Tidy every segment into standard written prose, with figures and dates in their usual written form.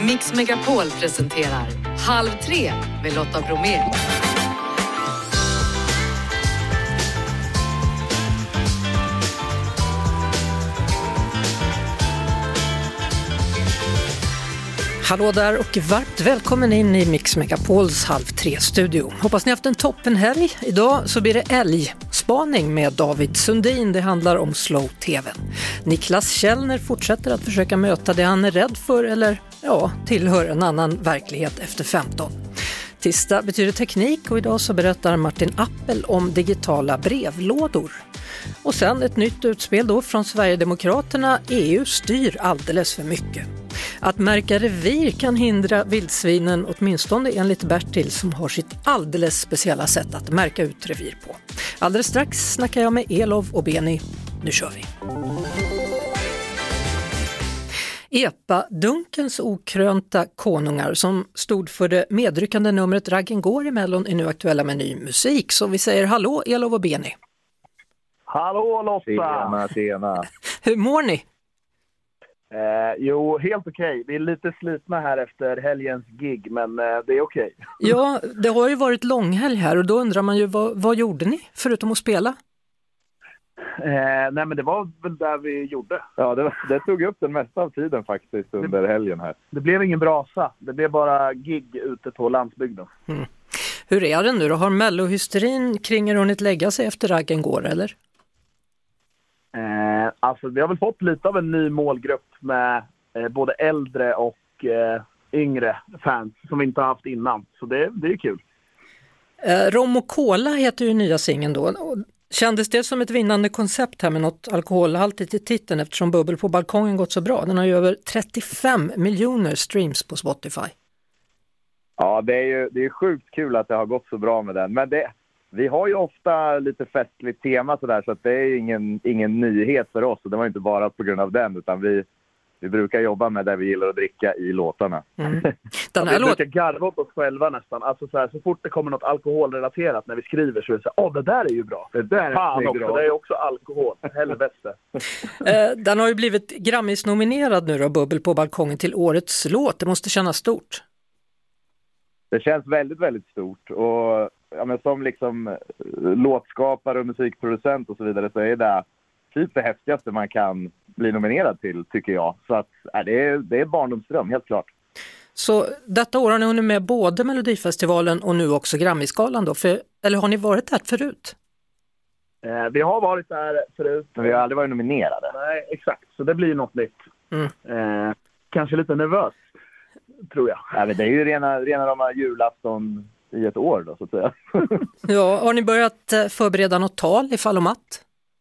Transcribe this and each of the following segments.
Mix Megapol presenterar Halv tre med Lotta Bromé. Hallå där och varmt välkommen in i Mix Megapols Halv tre-studio. Hoppas ni haft en toppenhelg. Idag så blir det älgspaning med David Sundin. Det handlar om slow-tv. Niklas Källner fortsätter att försöka möta det han är rädd för eller tillhör en annan verklighet efter 15. Tisdag betyder teknik och idag så berättar Martin Appel om digitala brevlådor. Och sen ett nytt utspel då från Sverigedemokraterna. EU styr alldeles för mycket. Att märka revir kan hindra vildsvinen, åtminstone enligt Bertil som har sitt alldeles speciella sätt att märka ut revir på. Alldeles strax snackar jag med Elov och Beni. Nu kör vi! Epa-dunkens okrönta konungar som stod för det medryckande numret Raggen går i Mellon är nu aktuella med ny musik. Så vi säger hallå Elov och Beni. Hallå Lotta! Tjena. Hur mår ni? Jo, helt okej. Vi är lite slitna här efter helgens gig, men det är okej. Ja, det har ju varit långhelg här och då undrar man ju vad gjorde ni förutom att spela? Nej, men det var väl där vi gjorde. Ja, det tog upp den mesta av tiden faktiskt under helgen här. Det blev ingen brasa. Det blev bara gig ute på landsbygden. Mm. Hur är det nu då? Har mellohysterin kring er hunnit lägga sig efter Raggen går, eller? Alltså vi har väl fått lite av en ny målgrupp med både äldre och yngre fans som vi inte har haft innan. Så det är kul. Rom och Cola heter ju nya singeln då. Kändes det som ett vinnande koncept här med något alkoholhaltigt i titeln eftersom Bubbel på balkongen gått så bra? Den har ju över 35 miljoner streams på Spotify. Ja, det är sjukt kul att det har gått så bra med den. Men vi har ju ofta lite festligt tema sådär, så att det är ingen nyhet för oss. Och det var inte bara på grund av den, utan vi brukar jobba med det vi gillar att dricka i låtarna. Mm. Vi brukar garva åt oss själva nästan. Alltså så fort det kommer något alkoholrelaterat när vi skriver så är det så här, det där är ju bra. Det där är bra. Det är också alkohol. Helvete. Den har ju blivit Grammis-nominerad nu då, Bubbel på balkongen, till årets låt. Det måste kännas stort. Det känns väldigt, väldigt stort. Och men som liksom låtskapare och musikproducent och så vidare så är det typ det häftigaste man kan bli nominerad till, tycker jag. Så att det är barndomsdröm, helt klart. Så detta år har ni hunnit med både Melodifestivalen och nu också Grammisgalan då? Eller har ni varit där förut? Vi har varit där förut. Men vi har aldrig varit nominerade. Nej, exakt. Så det blir något nytt. Kanske lite nervös, tror jag. Ja, men det är ju rena rama julafton i ett år då, så att säga. Ja, har ni börjat förbereda något tal ifall om att?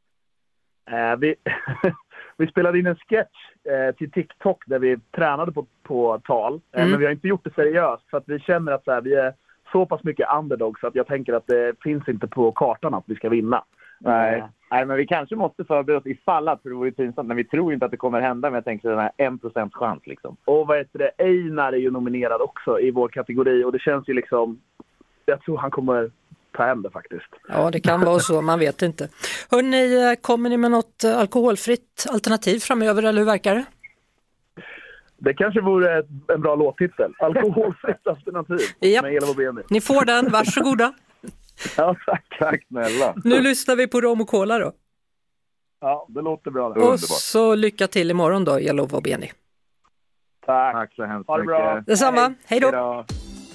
Vi spelade in en sketch till TikTok där vi tränade på tal. Men vi har inte gjort det seriöst för att vi känner att vi är så pass mycket underdog så att jag tänker att det finns inte på kartan att vi ska vinna. Nej, men vi kanske måste förbereda oss ifall att, för det vore pinsamt, men vi tror inte att det kommer hända, men jag tänker den här 1% chans liksom. Och vad heter det? Einar är ju nominerad också i vår kategori och det känns ju liksom, jag tror han kommer ta hem det faktiskt. Ja, det kan vara så, man vet inte. Hörrni, kommer ni med något alkoholfritt alternativ framöver eller hur verkar det? Det kanske vore en bra låttitel. Alkoholfritt alternativ. Japp. Med Elov och Beni. Ni får den, varsågoda. Ja, Tack snälla. Nu lyssnar vi på Rom och Cola då. Ja, det låter bra. Det. Och Underbart. så lycka till imorgon då, Elov och Beni. Tack så hemskt mycket. bra. Detsamma, hej då. Hejdå.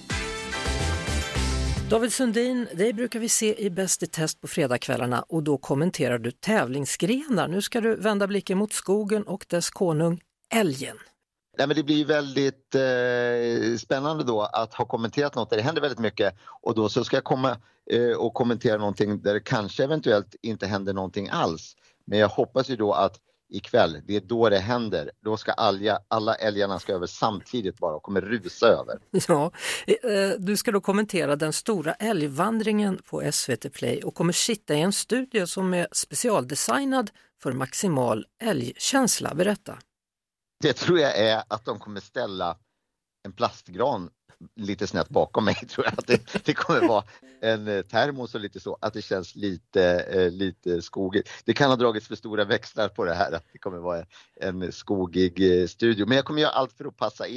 David Sundin, det brukar vi se i Bäst i test på fredagskvällarna och då kommenterar du tävlingsgrenar. Nu ska du vända blicken mot skogen och dess konung, älgen. Nej, men det blir väldigt spännande då att ha kommenterat något där det händer väldigt mycket och då så ska jag komma och kommentera någonting där det kanske eventuellt inte händer någonting alls. Men jag hoppas ju då att ikväll, det är då det händer. Då ska alla älgarna ska över samtidigt bara och kommer rusa över. Ja, du ska då kommentera den stora älgvandringen på SVT Play och kommer sitta i en studio som är specialdesignad för maximal älgkänsla. Berätta. Det tror jag är att de kommer ställa en plastgran lite snett bakom mig, tror jag. Att det kommer vara en termos och lite så, att det känns lite skogigt. Det kan ha dragits för stora växlar på det här, att det kommer vara en skogig studio. Men jag kommer göra allt för att passa in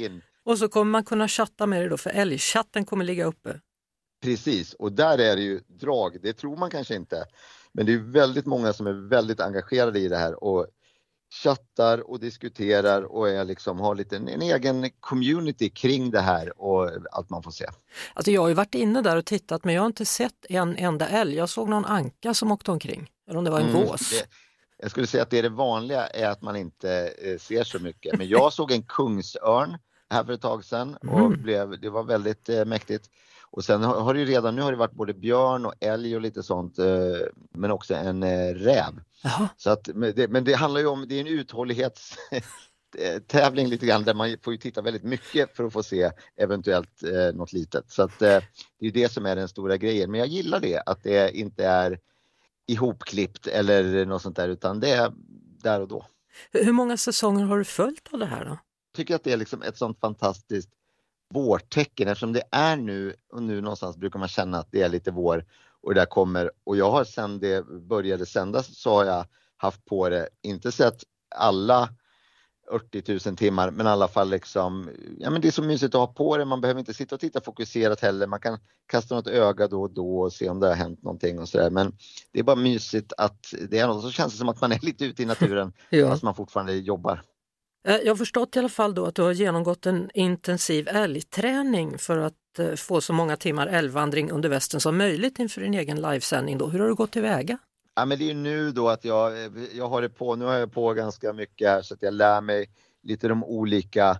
Och så kommer man kunna chatta med dig då, för älgchatten kommer ligga uppe. Precis, och där är det ju drag, det tror man kanske inte. Men det är väldigt många som är väldigt engagerade i det här och chattar och diskuterar och är liksom, har lite en egen community kring det här och allt man får se. Alltså jag har ju varit inne där och tittat, men jag har inte sett en enda älg. Jag såg någon anka som åkte omkring, eller om det var en gås. Jag skulle säga att det vanliga är att man inte ser så mycket. Men jag såg en kungsörn här för ett tag sedan och det var väldigt mäktigt. Och sen har det redan, nu har det varit både björn och älg och lite sånt, men också en räv. Jaha. Så att, men det handlar ju om, det är en uthållighetstävling lite grann, där man får ju titta väldigt mycket för att få se eventuellt något litet. Så att det är ju det som är den stora grejen. Men jag gillar det, att det inte är ihopklippt eller något sånt där, utan det är där och då. Hur många säsonger har du följt av det här då? Jag tycker att det är liksom ett sånt fantastiskt vårtecken, eftersom det är nu, och nu någonstans brukar man känna att det är lite vår och det där kommer, och jag har sedan det började sändas så har jag haft på det, inte sett alla 80 000 timmar, men i alla fall liksom, ja men det är så mysigt att ha på det, man behöver inte sitta och titta fokuserat heller, man kan kasta något öga då och då och se om det har hänt någonting och sådär, men det är bara mysigt att det är något, så känns det som att man är lite ute i naturen fast man fortfarande jobbar. Jag har förstått i alla fall då att du har genomgått en intensiv älgträning för att få så många timmar älgvandring under västen som möjligt inför din egen livesändning då. Hur har du gått tillväga? Ja, men det är ju nu då att jag har det på, nu har jag på ganska mycket här så att jag lär mig lite de olika,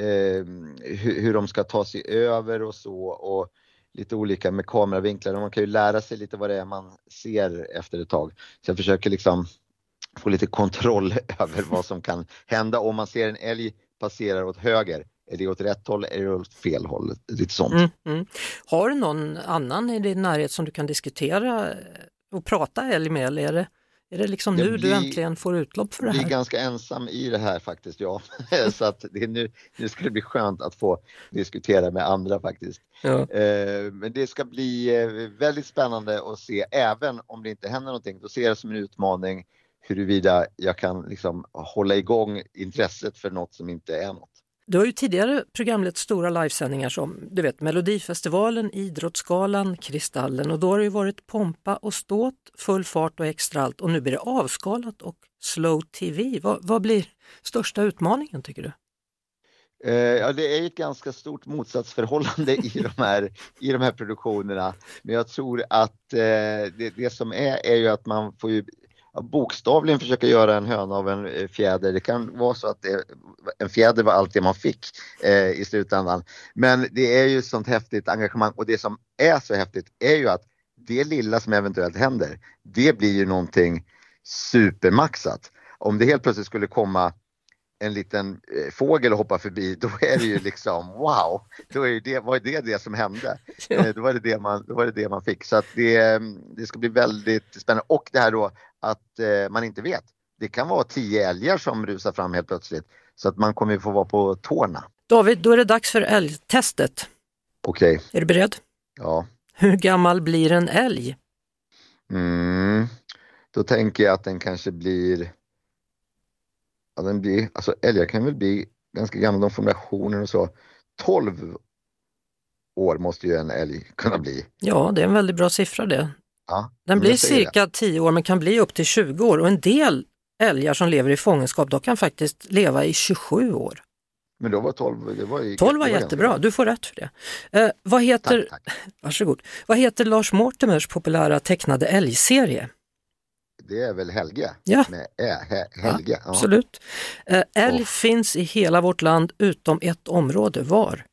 hur de ska ta sig över och så, och lite olika med kameravinklar, och man kan ju lära sig lite vad det är man ser efter ett tag. Så jag försöker liksom få lite kontroll över vad som kan hända om man ser en älg passera åt höger. Är det åt rätt håll eller åt fel håll? Lite sånt. Har du någon annan i din närhet som du kan diskutera och prata älg med, eller är det liksom nu du äntligen får utlopp för det här? Jag blir ganska ensam i det här faktiskt, ja. Så att det nu ska det bli skönt att få diskutera med andra faktiskt. Ja. Men det ska bli väldigt spännande att se, även om det inte händer någonting. Då ser jag det som en utmaning huruvida jag kan liksom hålla igång intresset för något som inte är något. Du har ju tidigare programlett stora livesändningar som, du vet, Melodifestivalen, Idrottsgalan, Kristallen, och då har det ju varit pompa och ståt, full fart och extra allt, och nu blir det avskalat och slow tv. Vad blir största utmaningen, tycker du? Ja, det är ett ganska stort motsatsförhållande i de här produktionerna, men jag tror att det som är ju att man får ju bokstavligen försöka göra en höna av en fjäder. Det kan vara så att en fjäder var allt det man fick i slutändan. Men det är ju sånt häftigt engagemang, och det som är så häftigt är ju att det lilla som eventuellt händer, det blir ju någonting supermaxat. Om det helt plötsligt skulle komma en liten fågel och hoppa förbi, då är det ju liksom wow, då är var det som hände. Då var det det man fick. Så att det ska bli väldigt spännande. Och det här då att man inte vet. Det kan vara 10 älgar som rusar fram helt plötsligt, så att man kommer få vara på tårna. David, då är det dags för älgtestet. Okej. Är du beredd? Ja. Hur gammal blir en älg? Då tänker jag att den kanske blir... Ja, alltså älgar kan väl bli ganska gamla, de formulationer och så. 12 år måste ju en älg kunna bli. Ja, det är en väldigt bra siffra det. Ja, den blir cirka 10 år, men kan bli upp till 20 år. Och en del älgar som lever i fångenskap, då kan faktiskt leva i 27 år. Men då var 12... 12 var jättebra, du får rätt för det. Vad heter... Tack. Varsågod. Vad heter Lars Mortimers populära tecknade älgserie? Det är väl Helge? Ja. Med Helge. Ja, absolut. Älg finns i hela vårt land utom ett område. Var?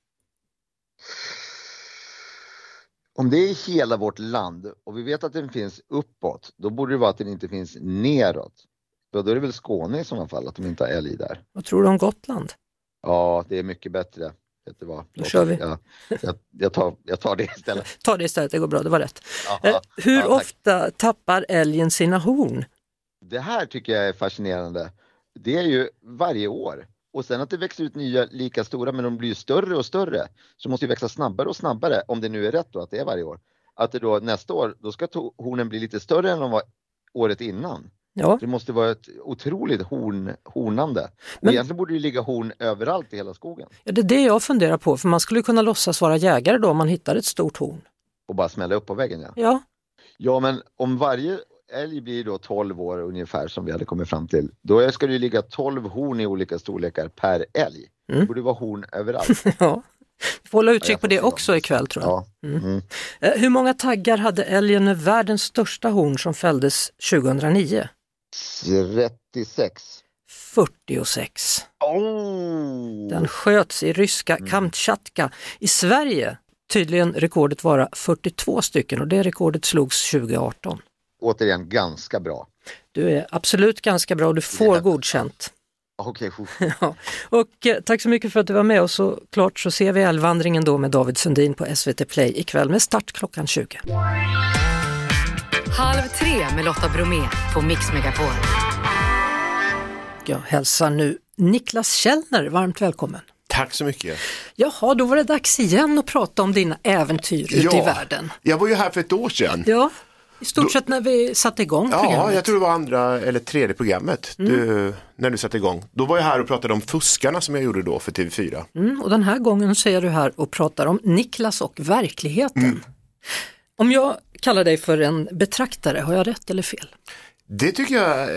Om det är i hela vårt land och vi vet att den finns uppåt, då borde det vara att den inte finns neråt. Då är det väl Skåne i sådana fall, att de inte har älg där. Vad tror du om Gotland? Ja, det är mycket bättre. Vet du vad? Då kör vi. Jag tar det istället. Ta det istället, det går bra, det var rätt. Hur ofta tappar älgen sina horn? Det här tycker jag är fascinerande. Det är ju varje år. Och sen att det växer ut nya lika stora, men de blir större och större. Så måste det växa snabbare och snabbare, om det nu är rätt då att det är varje år. Att det då nästa år, då ska hornen bli lite större än de var året innan. Ja. Det måste vara ett otroligt hornande. Men egentligen borde det ligga horn överallt i hela skogen. Ja, det är det jag funderar på, för man skulle kunna låtsas vara jägare då om man hittar ett stort horn. Och bara smälla upp på väggen, ja. Ja. Ja, men om varje älg blir då 12 år ungefär som vi hade kommit fram till, då ska det ju ligga 12 horn i olika storlekar per älg. Det borde vara horn överallt. Ja. Vi får hålla utkik på det också ikväll, tror jag. Ja. Hur många taggar hade älgen med världens största horn som fälldes 2009? 36. 46. Oh. Den sköts i ryska Kamtjatka. I Sverige tydligen rekordet vara 42 stycken och det rekordet slogs 2018. Återigen ganska bra. Du är absolut ganska bra och du får godkänt. Okej. Ja. Och tack så mycket för att du var med, och så klart så ser vi älgvandringen då med David Sundin på SVT Play ikväll med start klockan 20. 2:30 med Lotta Bromé på Mix Megapol. Jag hälsar nu Niklas Källner, varmt välkommen. Tack så mycket. Jaha, då var det dags igen att prata om dina äventyr ute i världen. Jag var ju här för ett år sedan. Ja, i stort sett när vi satte igång programmet. Ja, jag tror det var andra eller tredje programmet när du satte igång. Då var jag här och pratade om Fuskarna som jag gjorde då för TV4. Och den här gången så är du här och pratar om Niklas och verkligheten. Om jag kallar dig för en betraktare, har jag rätt eller fel? Det tycker jag,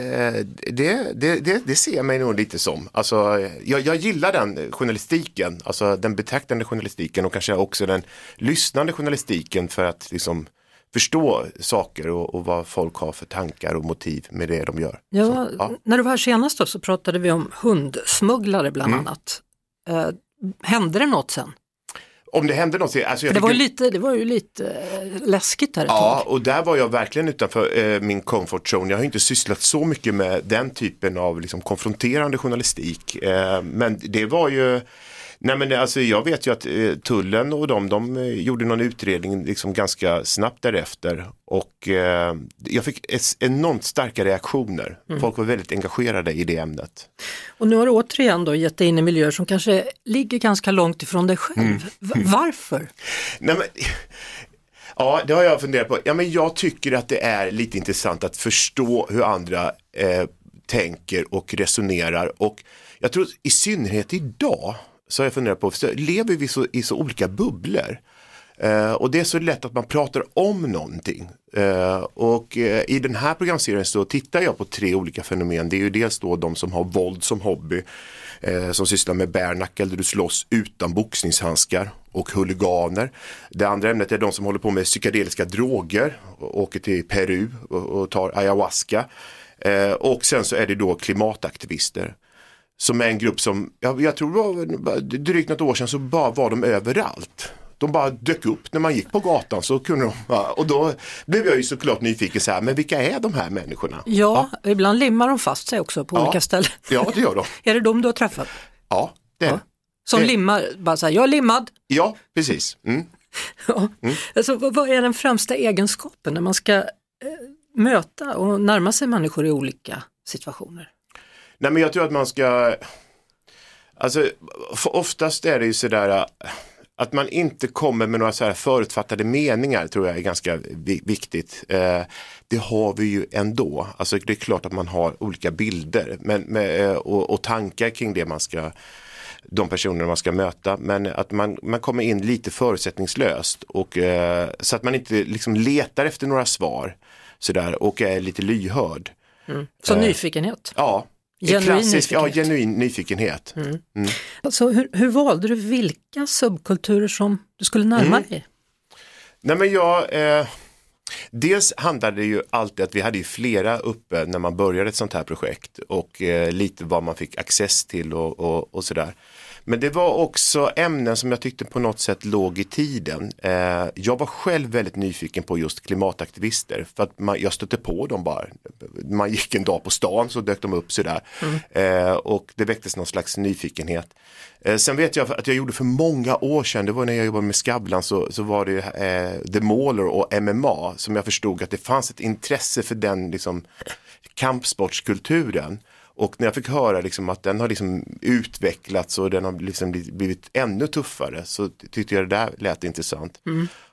det ser jag mig nog lite som. Alltså, jag gillar den journalistiken, alltså den betraktande journalistiken och kanske också den lyssnande journalistiken för att liksom förstå saker och vad folk har för tankar och motiv med det de gör. Ja, när du var här senast då, så pratade vi om hundsmugglare bland annat. Hände det något sen? Om det hände något, alltså det var ju lite läskigt där ett tag. Ja, och där var jag verkligen utanför min comfort zone. Jag har inte sysslat så mycket med den typen av liksom konfronterande journalistik. Men det var ju... Nej, men alltså, jag vet ju att tullen och de gjorde någon utredning liksom ganska snabbt därefter och jag fick enormt starka reaktioner. Folk var väldigt engagerade i det ämnet. Och nu har du återigen då gett dig in i miljöer som kanske ligger ganska långt ifrån dig själv. Varför? Nej, men... Ja, det har jag funderat på. Ja, men jag tycker att det är lite intressant att förstå hur andra tänker och resonerar, och jag tror i synnerhet idag så har jag funderat på, så lever vi i så olika bubblor. Och det är så lätt att man pratar om någonting. Och i den här programserien så tittar jag på 3 olika fenomen. Det är ju dels då de som har våld som hobby, som sysslar med bare knuckle där du slåss utan boxningshandskar, och huliganer. Det andra ämnet är de som håller på med psykedeliska droger och åker till Peru och tar ayahuasca. Och sen så är det då klimataktivister. Som är en grupp som, jag tror det var drygt något år sedan så bara var de överallt. De bara dök upp när man gick på gatan, så kunde de, och då blev jag ju såklart nyfiken så här, men vilka är de här människorna? Ja, ibland limmar de fast sig också på olika ställen. Ja, det gör de. Är det de du har träffat? Ja, det är det. Som limmar, bara så här, jag är limmad. Ja, precis. Alltså, vad är den främsta egenskapen när man ska möta och närma sig människor i olika situationer? Nej, men jag tror att man ska, alltså oftast är det ju sådär att man inte kommer med några så här förutfattade meningar, tror jag är ganska viktigt. Det har vi ju ändå. Alltså det är klart att man har olika bilder och tankar kring det de personer man ska möta, men att man kommer in lite förutsättningslöst och så att man inte liksom letar efter några svar sådär, och är lite lyhörd. Så nyfikenhet? Ja. Genuin nyfikenhet. Alltså, hur valde du vilka subkulturer som du skulle närma dig? Nej, men dels handlade det ju alltid att vi hade ju flera uppe när man började ett sånt här projekt, och lite vad man fick access till och sådär. Men det var också ämnen som jag tyckte på något sätt låg i tiden. Jag var själv väldigt nyfiken på just klimataktivister, för att jag stötte på dem bara. Man gick en dag på stan så dök de upp sådär. Och det väcktes någon slags nyfikenhet. Sen vet jag att jag gjorde för många år sedan, det var när jag jobbade med Skavlan, så var det The Mauler och MMA som jag förstod att det fanns ett intresse för den liksom kampsportskulturen. Och när jag fick höra liksom att den har liksom utvecklats och den har liksom blivit ännu tuffare, så tyckte jag det där lät intressant.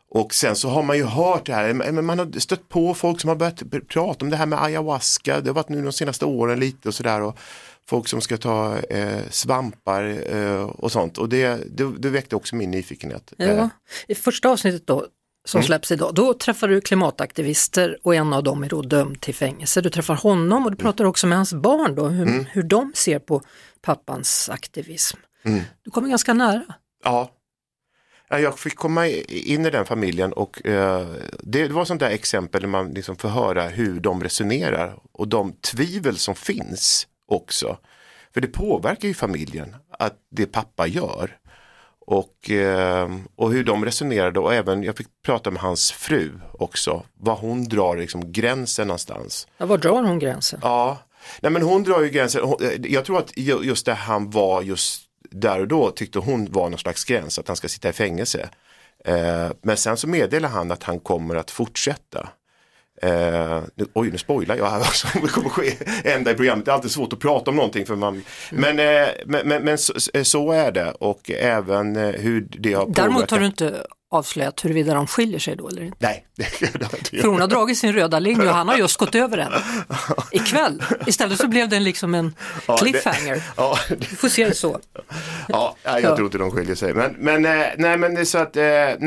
Och sen så har man ju hört det här, men man har stött på folk som har börjat prata om det här med ayahuasca. Det har varit nu de senaste åren lite och sådär, och folk som ska ta svampar och sånt. Och det väckte också min nyfikenhet. Ja. I första avsnittet då, som släpps idag, då träffar du klimataktivister och en av dem är då dömd till fängelse. Du träffar honom och du pratar också med hans barn då, hur de ser på pappans aktivism. Du kommer ganska nära. Ja. Jag fick komma in i den familjen och det var sånt där exempel där man liksom får höra hur de resonerar och de tvivel som finns också. För det påverkar ju familjen att det pappa gör. Och hur de resonerade, och även jag fick prata med hans fru också. Vad hon drar liksom gränsen någonstans. Ja, var drar hon gränsen? Ja, nej men hon drar ju gränsen. Jag tror att just där han var just där och då tyckte hon var någon slags gräns att han ska sitta i fängelse. Men sen så meddelar han att han kommer att fortsätta. Nu spoilar jag här också. Det kommer ske ända i programmet. Det är alltid svårt att prata om någonting för man. Men så är det, och även hur det har påverkat. Däremot har du inte avslöjat huruvida de skiljer sig då eller inte. Nej, för hon har dragit sin röda linje och han har just gått över den ikväll. Istället så blev den liksom en cliffhanger. Du får se det så. Ja, jag tror inte de skiljer sig. Men det är så att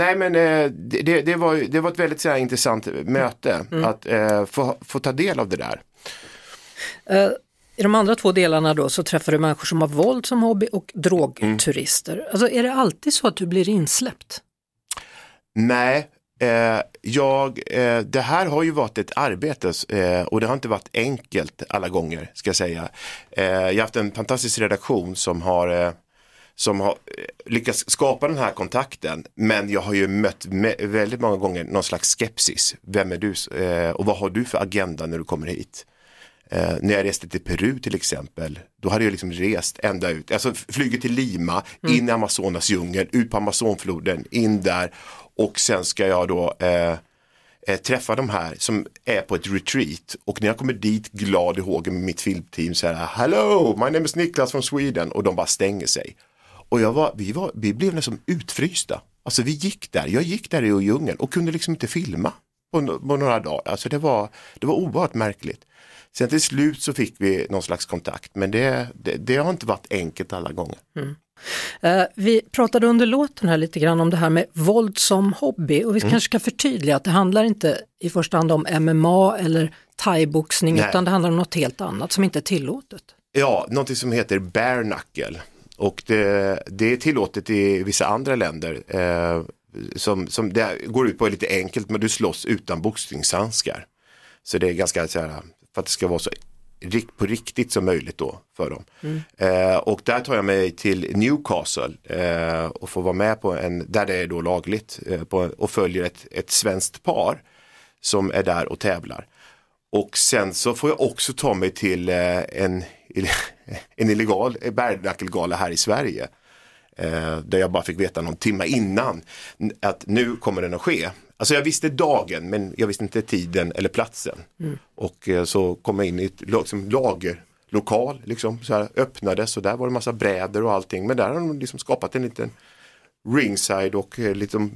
det var ett väldigt så här intressant möte att få ta del av det där. I de andra 2 delarna då så träffar du människor som har våld som hobby och drogturister. Alltså är det alltid så att du blir insläppt? Nej, det här har ju varit ett arbete och det har inte varit enkelt alla gånger, ska jag säga. Jag har haft en fantastisk redaktion som har lyckats skapa den här kontakten, men jag har ju mött väldigt många gånger någon slags skepsis. Vem är du och vad har du för agenda när du kommer hit? När jag reste till Peru till exempel, då hade jag liksom rest ända ut, alltså flyger till Lima, in i Amazonas djungel, ut på Amazonfloden, in där, och sen ska jag då träffa de här som är på ett retreat, och när jag kommer dit glad i hågen med mitt filmteam så här: hello, my name is Niklas from Sweden, och de bara stänger sig. Och vi blev nästan utfrysta. Alltså jag gick där i djungeln och kunde liksom inte filma på några dagar. Alltså det var oerhört märkligt. Sen till slut så fick vi någon slags kontakt, men det har inte varit enkelt alla gånger. Vi pratade under låten här lite grann om det här med våld som hobby, och vi kanske ska förtydliga att det handlar inte i första hand om MMA eller thaiboxning, utan det handlar om något helt annat som inte är tillåtet. Ja, något som heter bare knuckle, och det är tillåtet i vissa andra länder som det går ut på lite enkelt, men du slåss utan boxningshandskar. Så det är ganska så här, för att det ska vara så på riktigt som möjligt då för dem. Och där tar jag mig till Newcastle och får vara med på där det är då lagligt och följer ett svenskt par som är där och tävlar. Och sen så får jag också ta mig till en illegal bare-knuckle-gala här i Sverige. Där jag bara fick veta någon timme innan att nu kommer den att ske. Alltså jag visste dagen, men jag visste inte tiden eller platsen. Och så kom jag in i ett lagerlokal, liksom, så här, öppnades, och där var det en massa brädor och allting. Men där har de liksom skapat en liten ringside och liksom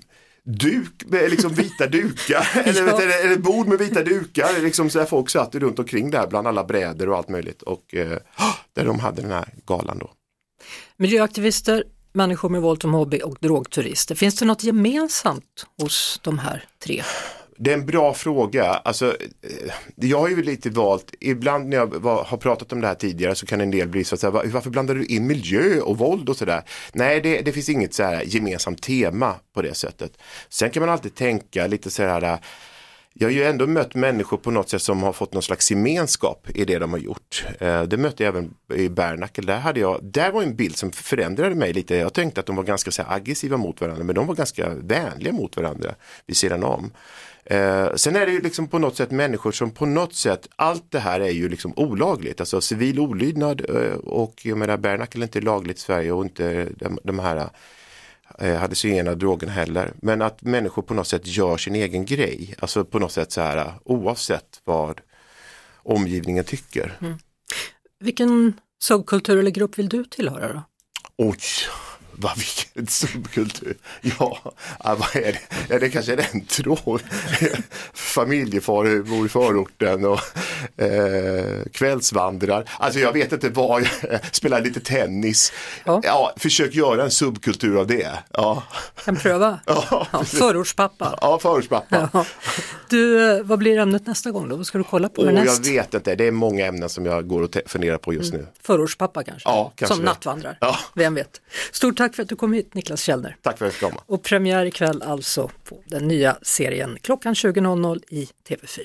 vita dukar eller bord med vita dukar, liksom, så där folk satt runt omkring där bland alla brädor och allt möjligt, och där de hade den här galan då. Miljöaktivister, människor med våld som hobby och drogturister. Finns det något gemensamt hos de här 3? Det är en bra fråga. Alltså, jag har ju lite valt, ibland när jag har pratat om det här tidigare så kan en del bli så att säga, varför blandar du in miljö och våld och sådär? Nej, det finns inget så här gemensamt tema på det sättet. Sen kan man alltid tänka lite så här, jag har ju ändå mött människor på något sätt som har fått någon slags gemenskap i det de har gjort. Det mötte jag även i bare knuckle. Där var en bild som förändrade mig lite. Jag tänkte att de var ganska så här aggressiva mot varandra, men de var ganska vänliga mot varandra vid sidan om. Sen är det ju liksom på något sätt människor som på något sätt, allt det här är ju liksom olagligt, alltså civil olydnad, och jag menar bare knuckle är inte lagligt i Sverige, och inte de här hallucinogena drogen heller, men att människor på något sätt gör sin egen grej, alltså på något sätt så här, oavsett vad omgivningen tycker. Vilken subkultur eller grupp vill du tillhöra då? Oj, Vilken subkultur? Ja, vad är det? Ja, det kanske är en tråd. Familjefar bor i förorten och kvällsvandrar. Alltså jag vet inte vad, jag spelar lite tennis. Ja, försök göra en subkultur av det. Ja. Kan pröva. Ja, förortspappa. Ja, förortspappa. Ja. Du, vad blir ämnet nästa gång då? Vad ska du kolla på härnäst? Jag vet inte, det är många ämnen som jag går och funderar på just nu. Förortspappa kanske? Ja, kanske. Som nattvandrar. Ja. Vem vet. Stort tack för att du kom hit, Niklas Källner. Tack för att jag fick komma. Och premiär ikväll alltså på den nya serien klockan 20.00 i TV4.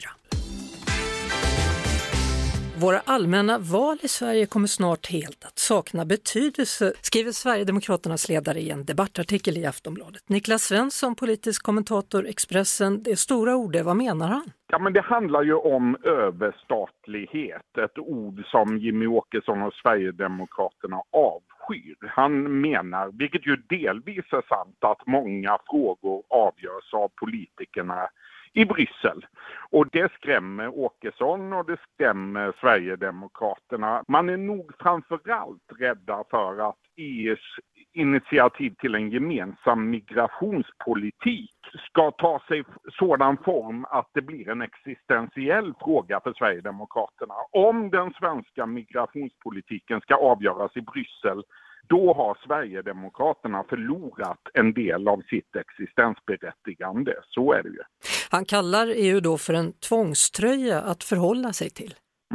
Våra allmänna val i Sverige kommer snart helt att sakna betydelse, skriver Sverigedemokraternas ledare i en debattartikel i Aftonbladet. Niklas Svensson, politisk kommentator, Expressen, det är stora ord, vad menar han? Ja, men det handlar ju om överstatlighet, ett ord som Jimmy Åkesson och Sverigedemokraterna avskyr. Han menar, vilket ju delvis är sant, att många frågor avgörs av politikerna i Bryssel. Och det skrämmer Åkesson och det skrämmer Sverigedemokraterna. Man är nog framförallt rädda för att EUs initiativ till en gemensam migrationspolitik ska ta sig sådan form att det blir en existentiell fråga för Sverigedemokraterna. Om den svenska migrationspolitiken ska avgöras i Bryssel, då har Sverigedemokraterna förlorat en del av sitt existensberättigande. Så är det ju. Han kallar EU då för en tvångströja att förhålla sig till.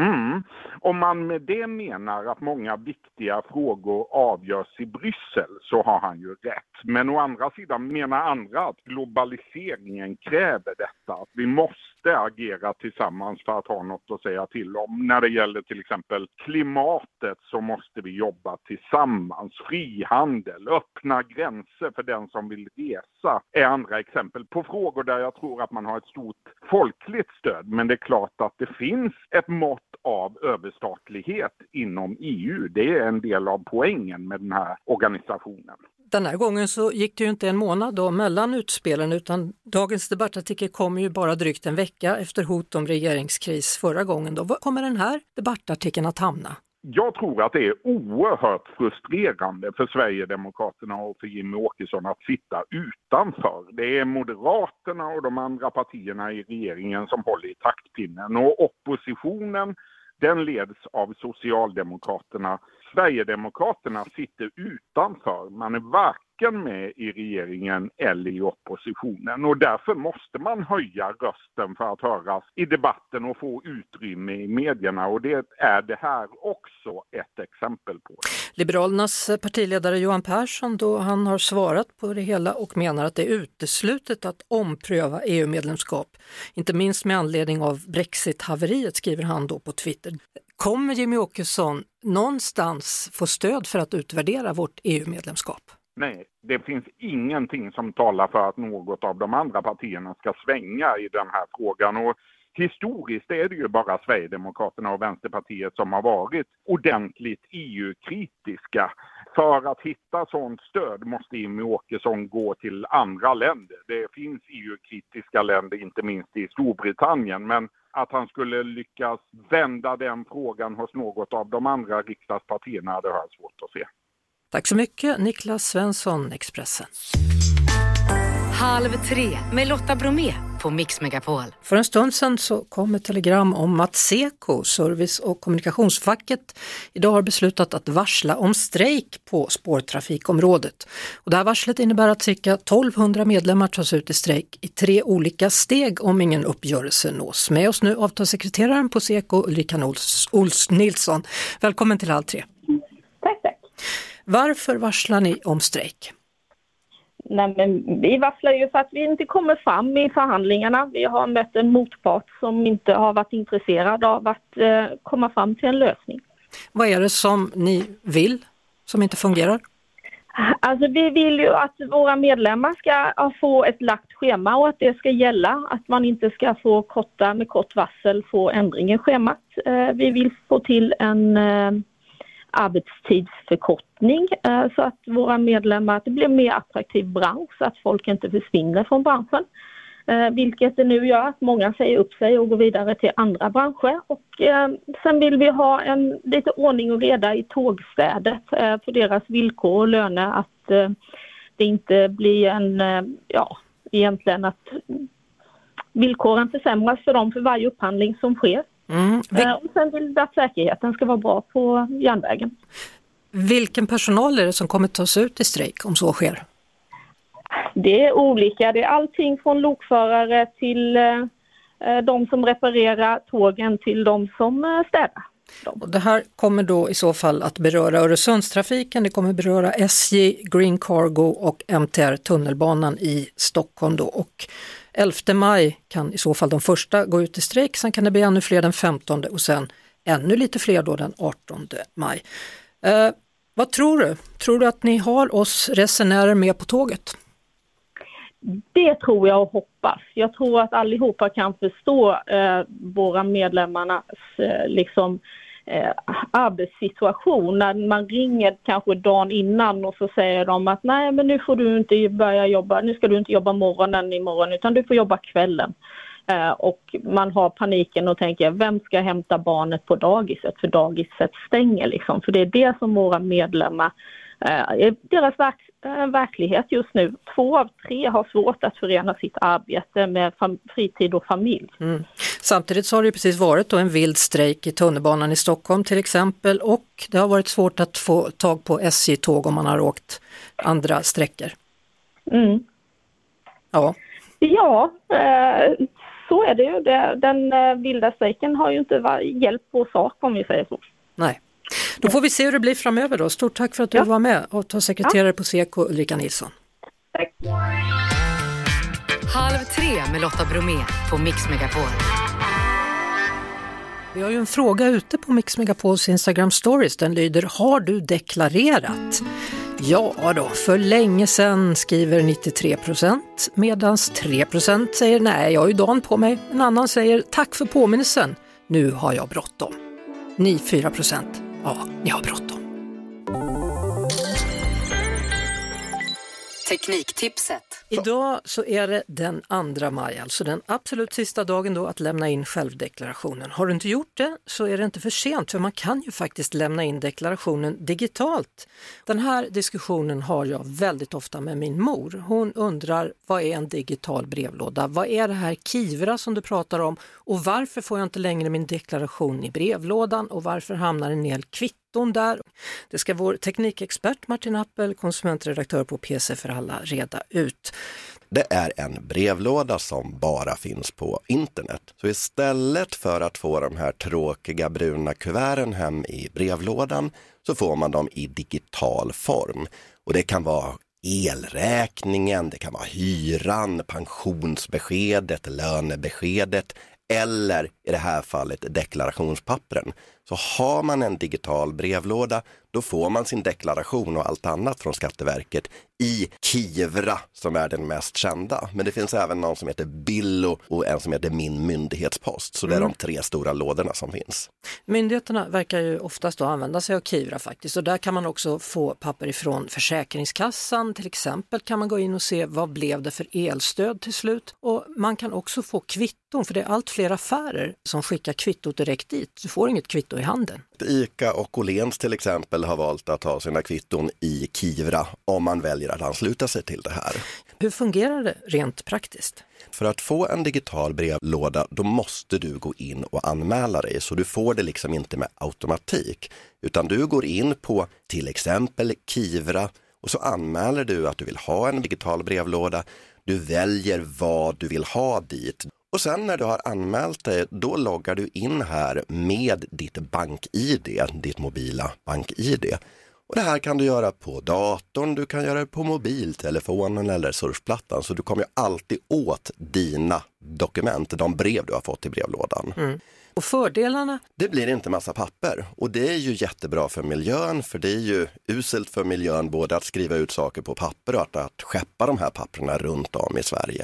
Om man med det menar att många viktiga frågor avgörs i Bryssel så har han ju rätt. Men å andra sidan menar andra att globaliseringen kräver detta. Att vi måste agera tillsammans för att ha något att säga till om. När det gäller till exempel klimatet så måste vi jobba tillsammans. Frihandel, öppna gränser för den som vill resa är andra exempel på frågor där jag tror att man har ett stort folkligt stöd. Men det är klart att det finns ett mått av överstatlighet inom EU. Det är en del av poängen med den här organisationen. Den här gången så gick det ju inte en månad då mellan utspelen, utan dagens debattartikel kommer ju bara drygt en vecka efter hot om regeringskris förra gången. Var kommer den här debattartikeln att hamna? Jag tror att det är oerhört frustrerande för Sverigedemokraterna och för Jimmy Åkesson att sitta utanför. Det är Moderaterna och de andra partierna i regeringen som håller i taktpinnen. Och oppositionen, den leds av Socialdemokraterna. Sverigedemokraterna sitter utanför. Man är varken med i regeringen eller i oppositionen. Och därför måste man höja rösten för att höras i debatten och få utrymme i medierna. Och det är det här också ett exempel på. Liberalernas partiledare Johan Persson då han har svarat på det hela och menar att det är uteslutet att ompröva EU-medlemskap. Inte minst med anledning av Brexit-haveriet, skriver han då på Twitter. Kommer Jimmy Åkesson någonstans få stöd för att utvärdera vårt EU-medlemskap? Nej, det finns ingenting som talar för att något av de andra partierna ska svänga i den här frågan. Och historiskt är det ju bara Sverigedemokraterna och Vänsterpartiet som har varit ordentligt EU-kritiska. För att hitta sådant stöd måste Jimmy Åkesson gå till andra länder. Det finns EU-kritiska länder, inte minst i Storbritannien, men att han skulle lyckas vända den frågan hos något av de andra riksdagspartierna, det har jag svårt att se. Tack så mycket, Niklas Svensson, Expressen. 14:30 med Lotta Bromé på Mix Megapol. För en stund sedan så kom ett telegram om att Seko, service- och kommunikationsfacket, idag har beslutat att varsla om strejk på spårtrafikområdet. Och det här varslet innebär att cirka 1200 medlemmar tas ut i strejk i 3 olika steg om ingen uppgörelse nås. Med oss nu avtalssekreteraren på Seko, Ulrika Nilsson. Välkommen till Halv 3. Tack. Varför varslar ni om strejk? Nej, men vi varslar ju för att vi inte kommer fram i förhandlingarna. Vi har mött en motpart som inte har varit intresserad av att komma fram till en lösning. Vad är det som ni vill som inte fungerar? Alltså vi vill ju att våra medlemmar ska få ett lagt schema och att det ska gälla. Att man inte ska få med kort varsel få ändring i schemat. Vi vill få till en arbetstidsförkortning så att våra medlemmar, att det blir mer attraktiv bransch så att folk inte försvinner från branschen. vilket det nu gör att många säger upp sig och går vidare till andra branscher. Och sen vill vi ha lite ordning och reda i tågstädet för deras villkor och löner, att det inte blir egentligen att villkoren försämras för dem för varje upphandling som sker. Och sen vill vi att säkerheten ska vara bra på järnvägen. Vilken personal är det som kommer tas ut i strejk om så sker? Det är olika. Det är allting från lokförare till de som reparerar tågen till de som städar. Och det här kommer då i så fall att beröra Öresundstrafiken, det kommer beröra SJ, Green Cargo och MTR tunnelbanan i Stockholm då. Och 11 maj kan i så fall de första gå ut i strejk, sen kan det bli ännu fler den 15 och sen ännu lite fler då den 18 maj. Vad tror du? Tror du att ni har oss resenärer med på tåget? Det tror jag och hoppas. Jag tror att allihopa kan förstå våra medlemmarnas arbetssituation. När man ringer kanske dagen innan och så säger de att nej, men nu får du inte börja jobba, nu ska du inte jobba morgonen imorgon utan du får jobba kvällen. Och man har paniken och tänker, vem ska hämta barnet på dagiset? För dagiset stänger liksom. För det är det som våra medlemmar, deras verklighet just nu. 2 av 3 har svårt att förena sitt arbete med fritid och familj. Samtidigt så har det precis varit då en vild strejk i tunnelbanan i Stockholm till exempel, och det har varit svårt att få tag på SJ-tåg om man har åkt andra sträckor. Ja, så är det ju. Den vilda strejken har ju inte hjälpt på sak om vi säger så. Nej. Då får vi se hur det blir framöver då. Stort tack för att du var med, och ta sekreterare på Seko, Ulrika Nilsson. Tack. 2:30 med Lotta Bromé på Mix Megapol. Vi har ju en fråga ute på Mix Megapols Instagram Stories. Den lyder, har du deklarerat? Ja då, för länge sedan skriver 93%, medan 3% säger nej, jag har ju dagen på mig. En annan säger tack för påminnelsen, nu har jag bråttom. Ni 4%, ja, ni har bråttom. Tekniktipset. Idag så är det den 2 maj, alltså den absolut sista dagen då att lämna in självdeklarationen. Har du inte gjort det så är det inte för sent, för man kan ju faktiskt lämna in deklarationen digitalt. Den här diskussionen har jag väldigt ofta med min mor. Hon undrar, vad är en digital brevlåda? Vad är det här Kivra som du pratar om? Och varför får jag inte längre min deklaration i brevlådan? Och varför hamnar en hel kvitton där? Det ska vår teknikexpert Martin Appel, konsumentredaktör på PC för alla, reda ut. Det är en brevlåda som bara finns på internet. Så istället för att få de här tråkiga bruna kuverten hem i brevlådan så får man dem i digital form. Och det kan vara elräkningen, det kan vara hyran, pensionsbeskedet, lönebeskedet eller i det här fallet deklarationspappren. Så har man en digital brevlåda, då får man sin deklaration och allt annat från Skatteverket i Kivra som är den mest kända. Men det finns även någon som heter Billo och en som heter Min myndighetspost. Så det är de 3 stora lådorna som finns. Myndigheterna verkar ju oftast då använda sig av Kivra faktiskt. Och där kan man också få papper ifrån Försäkringskassan. Till exempel kan man gå in och se vad blev det för elstöd till slut. Och man kan också få kvitton, för det är allt fler affärer som skickar kvitto direkt dit. Du får inget kvitto i handen. ICA och Åhléns till exempel har valt att ha sina kvitton i Kivra om man väljer att ansluta sig till det här. Hur fungerar det rent praktiskt? För att få en digital brevlåda då måste du gå in och anmäla dig, så du får det liksom inte med automatik, utan du går in på till exempel Kivra och så anmäler du att du vill ha en digital brevlåda. Du väljer vad du vill ha dit. Och sen när du har anmält dig, då loggar du in här med ditt bank-ID, ditt mobila bank-ID. Och det här kan du göra på datorn, du kan göra det på mobiltelefonen eller surfplattan. Så du kommer ju alltid åt dina dokument, de brev du har fått i brevlådan. Och fördelarna? Det blir inte massa papper, och det är ju jättebra för miljön, för det är ju uselt för miljön både att skriva ut saker på papper och att skeppa de här papperna runt om i Sverige.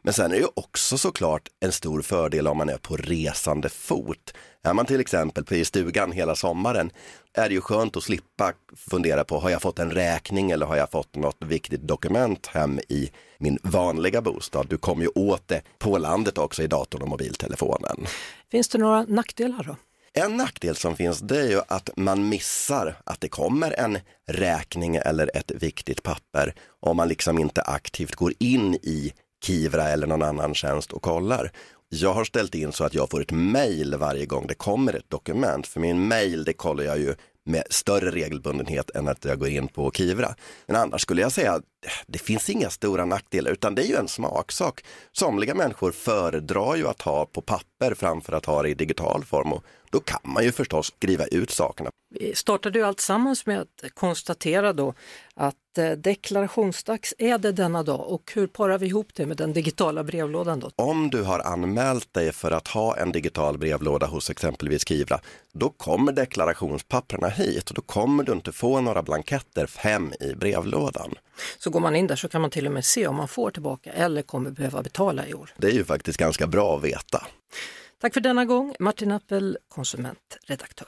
Men sen är det ju också såklart en stor fördel om man är på resande fot. Är man till exempel i stugan hela sommaren är det ju skönt att slippa fundera på, har jag fått en räkning eller har jag fått något viktigt dokument hem i min vanliga bostad? Du kommer ju åt det på landet också i datorn och mobiltelefonen. Finns det några nackdelar då? En nackdel som finns, det är ju att man missar att det kommer en räkning eller ett viktigt papper om man liksom inte aktivt går in i Kivra eller någon annan tjänst och kollar. Jag har ställt in så att jag får ett mejl varje gång det kommer ett dokument. För min mejl, det kollar jag ju med större regelbundenhet än att jag går in på Kivra. Men annars skulle jag säga att det finns inga stora nackdelar, utan det är ju en smaksak. Somliga människor föredrar ju att ha på papper framför att ha det i digital form, och då kan man ju förstås skriva ut sakerna. Vi startade ju allt sammans med att konstatera då att deklarationsdags är det denna dag, och hur parar vi ihop det med den digitala brevlådan då? Om du har anmält dig för att ha en digital brevlåda hos exempelvis Kivra, då kommer deklarationspapperna hit och då kommer du inte få några blanketter hem i brevlådan. Så går man in där så kan man till och med se om man får tillbaka eller kommer behöva betala i år. Det är ju faktiskt ganska bra att veta. Tack för denna gång, Martin Appel, konsumentredaktör.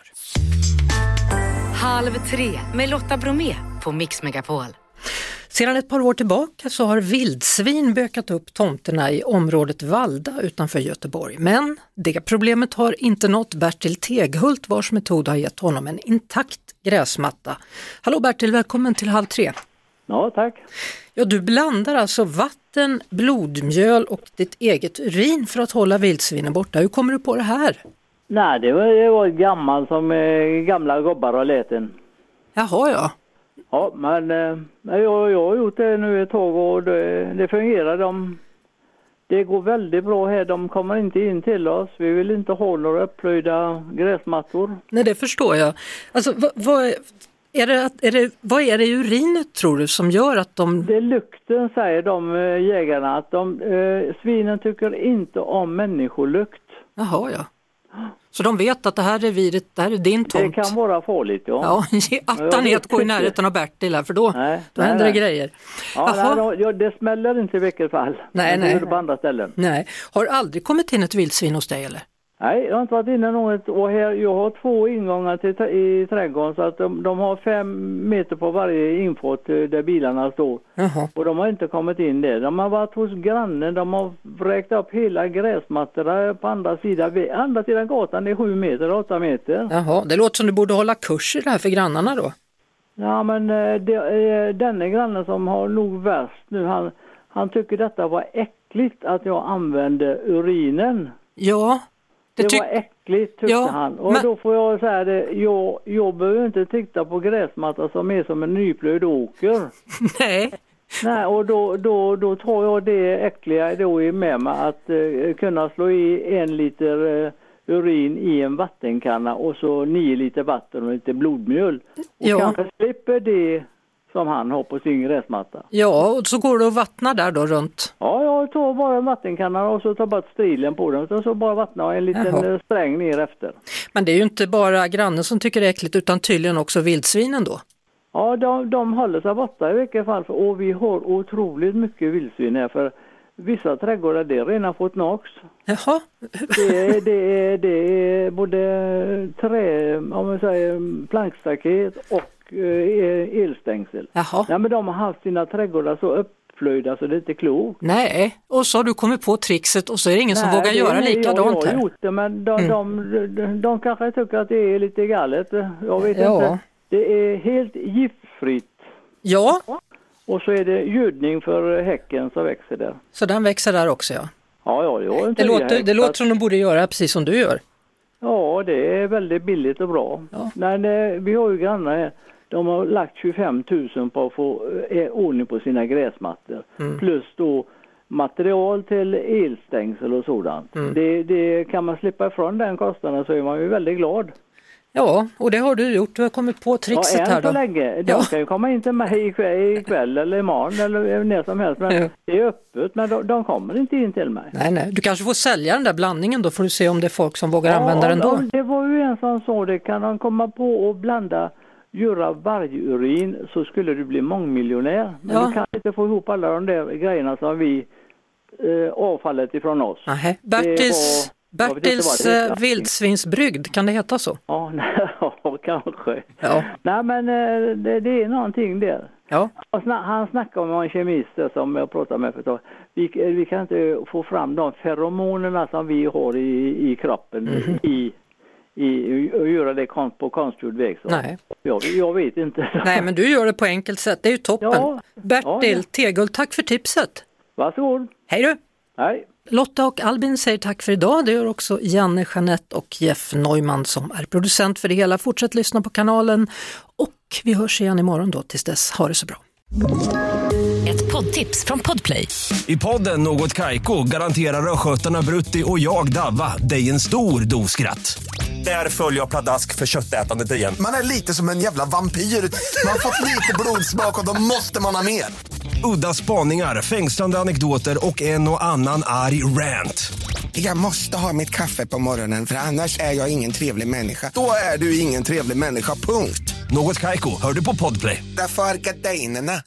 2:30 med Lotta Bromé på Mix Megapol. Sedan ett par år tillbaka så har vildsvin bökat upp tomterna i området Valda utanför Göteborg. Men det problemet har inte nått Bertil Teghult, vars metod har gett honom en intakt gräsmatta. Hallå Bertil, välkommen till 2:30. Ja, tack. Ja, du blandar alltså vatten, blodmjöl och ditt eget urin för att hålla vildsvinen borta. Hur kommer du på det här? Nej, det var gammal som gamla gubbar har läten. Jaha, ja. Ja, men jag har gjort det nu ett tag och det fungerar. Det går väldigt bra här. De kommer inte in till oss. Vi vill inte ha några upplöjda gräsmattor. Nej, det förstår jag. Alltså, vad är det i urinet tror du som gör att de... Det är lukten, säger de jägarna. Att svinen tycker inte om människolukt. Jaha, ja. Så de vet att det här är din tomt? Det kan vara farligt, ja. Ja, ge attan är att gå i närheten av Bertil här, för då händer det grejer. Ja, det smäller inte i vilket fall. Nej. Det är på andra ställen. Nej. Har aldrig kommit in ett vildsvin hos dig, eller? Nej, jag har inte varit inne något. Och här, jag har 2 ingångar i trädgården, så att de har 5 meter på varje infart där bilarna står. Jaha. Och de har inte kommit in där. De har varit hos grannen, de har vräkt upp hela gräsmattorna på andra sidan gatan. Det är 7 meter, 8 meter. Jaha, det låter som du borde hålla kurser där för grannarna då. Ja, men denne grannen som har nog värst nu, han tycker detta var äckligt att jag använde urinen. Ja. Det var äckligt, tyckte han. Och då får jag säga det, jag behöver inte titta på gräsmatta som är som en nyplöjd åker. Nej, och då tar jag det äckliga då med mig att kunna slå i 1 liter urin i en vattenkanna och så 9 liter vatten och lite blodmjöl. Och kanske slipper det som han har på sin gräsmatta. Ja, och så går det att vattna där då runt? Ja, jag tar bara en vattenkanna och så tar bort strilen på den och så bara vattna en liten sträng ner efter. Men det är ju inte bara grannen som tycker det är äckligt utan tydligen också vildsvinen då? Ja, de håller sig borta i vilket fall. Och vi har otroligt mycket vildsvin här, för vissa trädgårdar det är redan fått nax. Jaha. Det är både trä, om man säger plankstaket och elstängsel. Jaha. Ja, men de har haft sina trädgårdar så uppflöjda så det är inte klokt. Nej, och så har du kommit på trixet och så är det ingen som vågar göra likadant här. Jag har gjort det, men de kanske tycker att det är lite galet. Jag vet inte. Det är helt giftfritt. Ja. Och så är det gödning för häcken som växer där. Så den växer där också, ja? Ja, det låter som de borde göra precis som du gör. Ja, det är väldigt billigt och bra. Ja. Men vi har ju grannar här. De har lagt 25 000 på att få ordning på sina gräsmattor. Plus då material till elstängsel och sådant. Det kan man slippa ifrån den kostnaden så är man ju väldigt glad. Ja, och det har du gjort. Du har kommit på trixet här då. Ja, än så länge. De kan ju komma in till mig ikväll eller imorgon eller när som helst. Men det är öppet, men de kommer inte in till mig. Nej. Du kanske får sälja den där blandningen då, får du se om det är folk som vågar använda den då. Det var ju en som sa det. Kan de komma på och göra varje urin så skulle du bli mångmiljonär. Men du kan inte få ihop alla de där grejerna som vi avfallet ifrån oss. Nähä. Bertils vildsvinsbrygd, kan det heta så? Ja, kanske. Ja. Nej, men det är någonting där. Ja. Han snackar om en kemist som jag pratade med för att vi kan inte få fram de feromonerna som vi har i kroppen och göra det på konstgjord väg. Så. Nej. Jag vet inte. Nej, men du gör det på enkelt sätt. Det är ju toppen. Ja. Bertil Tegel, tack för tipset. Varsågod. Hej du. Hej. Lotta och Albin säger tack för idag. Det gör också Janne, Jeanette och Jeff Neumann som är producent för det hela. Fortsätt lyssna på kanalen och vi hörs igen imorgon då. Tills dess, ha det så bra. Ett poddtips från Podplay. I podden Något Kaiko garanterar röskötarna Brutti och jag Davva dig en stor doskratt. Där följer jag pladask för köttätandet igen. Man är lite som en jävla vampyr. Man har fått lite blodsmak och då måste man ha mer. Udda spaningar, fängslande anekdoter och en och annan arg rant. Jag måste ha mitt kaffe på morgonen för annars är jag ingen trevlig människa. Då är du ingen trevlig människa, punkt. Något Kaiko, hör du på Podplay. Därför är gardinerna.